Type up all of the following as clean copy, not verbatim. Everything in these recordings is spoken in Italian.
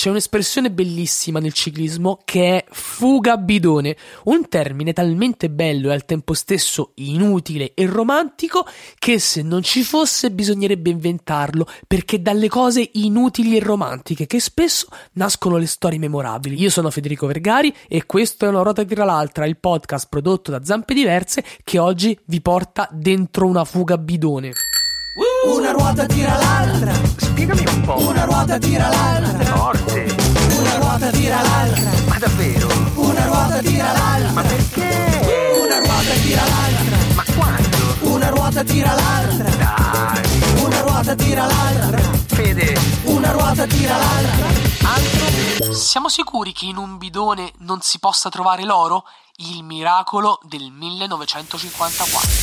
c'è un'espressione bellissima nel ciclismo che è fuga bidone, un termine talmente bello e al tempo stesso inutile e romantico che se non ci fosse bisognerebbe inventarlo, perché dalle cose inutili e romantiche che spesso nascono le storie memorabili. Io sono Federico Vergari e questo è Una ruota tira l'altra, il podcast prodotto da Zampe Diverse che oggi vi porta dentro una fuga bidone. Una ruota tira l'altra. Spiegami un po'. Una ruota tira l'altra. Forte. Una ruota tira l'altra. Ma davvero? Una ruota tira l'altra. Ma perché? Una ruota tira l'altra. Ma quando? Una ruota tira l'altra. Dai. Una ruota tira l'altra. Fede. Una ruota tira l'altra. Altro? Siamo sicuri che in un bidone non si possa trovare l'oro? Il miracolo del 1954.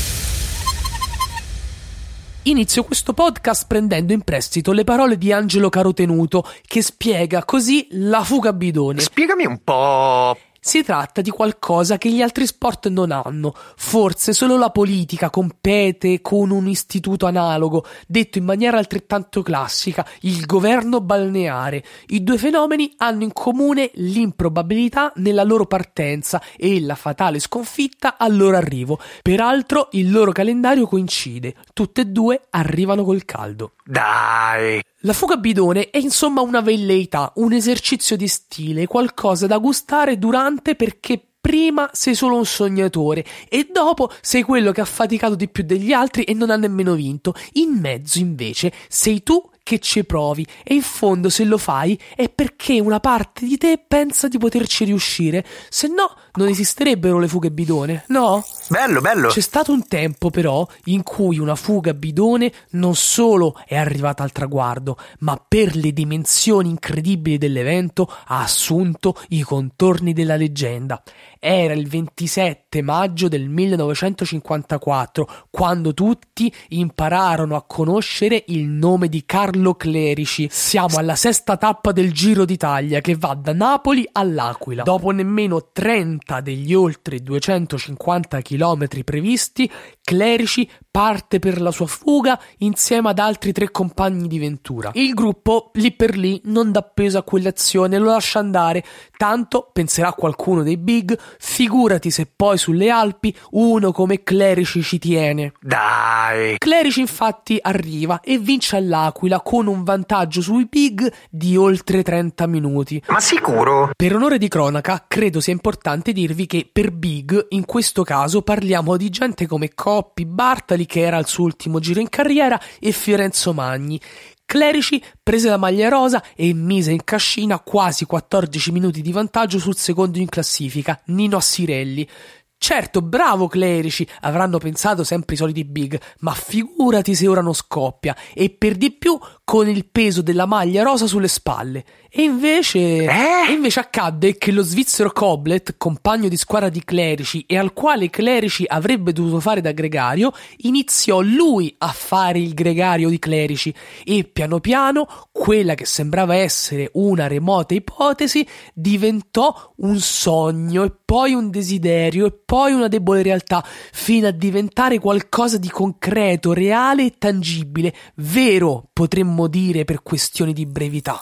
Inizio questo podcast prendendo in prestito le parole di Angelo Carotenuto, che spiega così la fuga bidone. Spiegami un po'. Si tratta di qualcosa che gli altri sport non hanno. Forse solo la politica compete con un istituto analogo, detto in maniera altrettanto classica, il governo balneare. I due fenomeni hanno in comune l'improbabilità nella loro partenza e la fatale sconfitta al loro arrivo. Peraltro il loro calendario coincide, tutte e due arrivano col caldo. Dai. La fuga bidone è insomma una velleità, un esercizio di stile, qualcosa da gustare durante, perché prima sei solo un sognatore e dopo sei quello che ha faticato di più degli altri e non ha nemmeno vinto. In mezzo invece sei tu che ci provi e in fondo se lo fai è perché una parte di te pensa di poterci riuscire, se no non esisterebbero le fughe bidone, no? Bello, bello. C'è stato un tempo però in cui una fuga bidone non solo è arrivata al traguardo, ma per le dimensioni incredibili dell'evento ha assunto i contorni della leggenda. Era il 27 maggio del 1954 quando tutti impararono a conoscere il nome di Carlo Clerici. Siamo alla sesta tappa del Giro d'Italia che va da Napoli all'Aquila. Dopo nemmeno 30 degli oltre 250 chilometri previsti, Clerici parte per la sua fuga insieme ad altri 3 compagni di ventura. Il gruppo lì per lì non dà peso a quell'azione e lo lascia andare, tanto penserà qualcuno dei big, figurati se poi sulle Alpi uno come Clerici ci tiene. Dai. Clerici infatti arriva e vince all'Aquila con un vantaggio sui big di oltre 30 minuti. Ma sicuro? Per onore di cronaca, credo sia importante dirvi che per big, in questo caso, parliamo di gente come Coppi, Bartali, che era al suo ultimo giro in carriera, e Fiorenzo Magni. Clerici prese la maglia rosa e mise in cascina quasi 14 minuti di vantaggio sul secondo in classifica, Nino Assirelli. Certo, bravo Clerici, avranno pensato sempre i soliti big, ma figurati se ora non scoppia, e per di più con il peso della maglia rosa sulle spalle. E invece accadde che lo svizzero Koblet, compagno di squadra di Clerici e al quale Clerici avrebbe dovuto fare da gregario, iniziò lui a fare il gregario di Clerici e piano piano quella che sembrava essere una remota ipotesi diventò un sogno e poi un desiderio e poi una debole realtà, fino a diventare qualcosa di concreto, reale e tangibile, vero, potremmo dire, per questioni di brevità.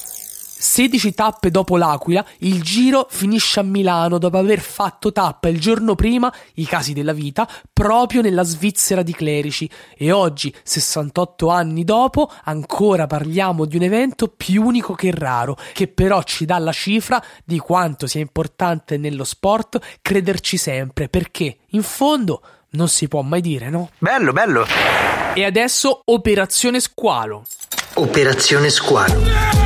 16 tappe dopo l'Aquila, il Giro finisce a Milano dopo aver fatto tappa il giorno prima, i casi della vita, proprio nella Svizzera di Clerici. E oggi, 68 anni dopo, ancora parliamo di un evento più unico che raro, che però ci dà la cifra di quanto sia importante nello sport crederci sempre, perché, in fondo, non si può mai dire, no? Bello, bello. E adesso Operazione Squalo. Operazione Squalo.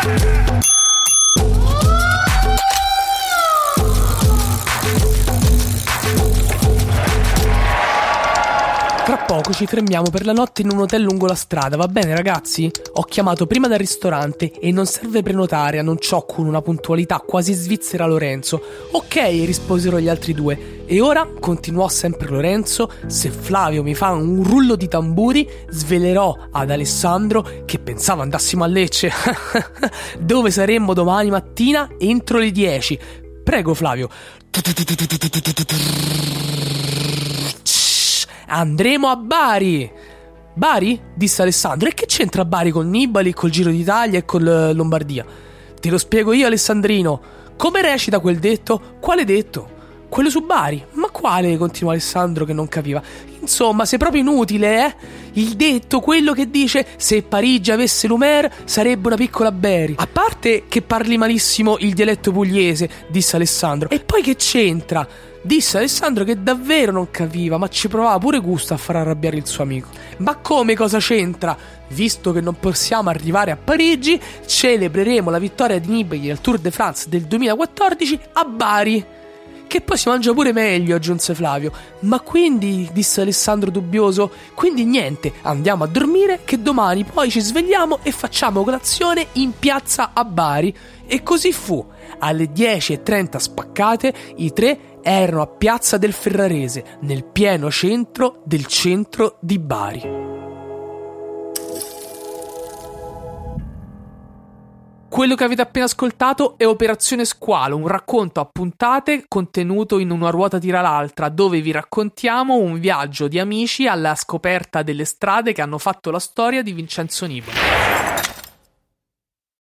Tra poco ci fermiamo per la notte in un hotel lungo la strada, va bene ragazzi? Ho chiamato prima dal ristorante e non serve prenotare, annunciò con una puntualità quasi svizzera Lorenzo. Ok, risposero gli altri due. E ora, continuò sempre Lorenzo, se Flavio mi fa un rullo di tamburi, svelerò ad Alessandro che pensava andassimo a Lecce, dove saremmo domani mattina entro le 10. Prego Flavio. Andremo a Bari. Bari? Disse Alessandro. E che c'entra Bari con Nibali, col Giro d'Italia e col Lombardia? Te lo spiego io, Alessandrino. Come recita quel detto? Quale detto? Quello su Bari. Ma quale? Continuò Alessandro, che non capiva. Insomma, sei proprio inutile, eh? Il detto, quello che dice: se Parigi avesse l'Umer sarebbe una piccola Bari. A parte che parli malissimo il dialetto pugliese, disse Alessandro. E poi che c'entra? Disse Alessandro, che davvero non capiva, ma ci provava pure gusto a far arrabbiare il suo amico. Ma come cosa c'entra? Visto che non possiamo arrivare a Parigi, celebreremo la vittoria di Nibali al Tour de France del 2014 a Bari. Che poi si mangia pure meglio, aggiunse Flavio. Ma quindi, disse Alessandro dubbioso, quindi niente, andiamo a dormire che domani poi ci svegliamo e facciamo colazione in piazza a Bari. E così fu. Alle 10:30 spaccate i tre erano a Piazza del Ferrarese, nel pieno centro del centro di Bari. Quello che avete appena ascoltato è Operazione Squalo, un racconto a puntate contenuto in Una ruota tira l'altra, dove vi raccontiamo un viaggio di amici alla scoperta delle strade che hanno fatto la storia di Vincenzo Nibali.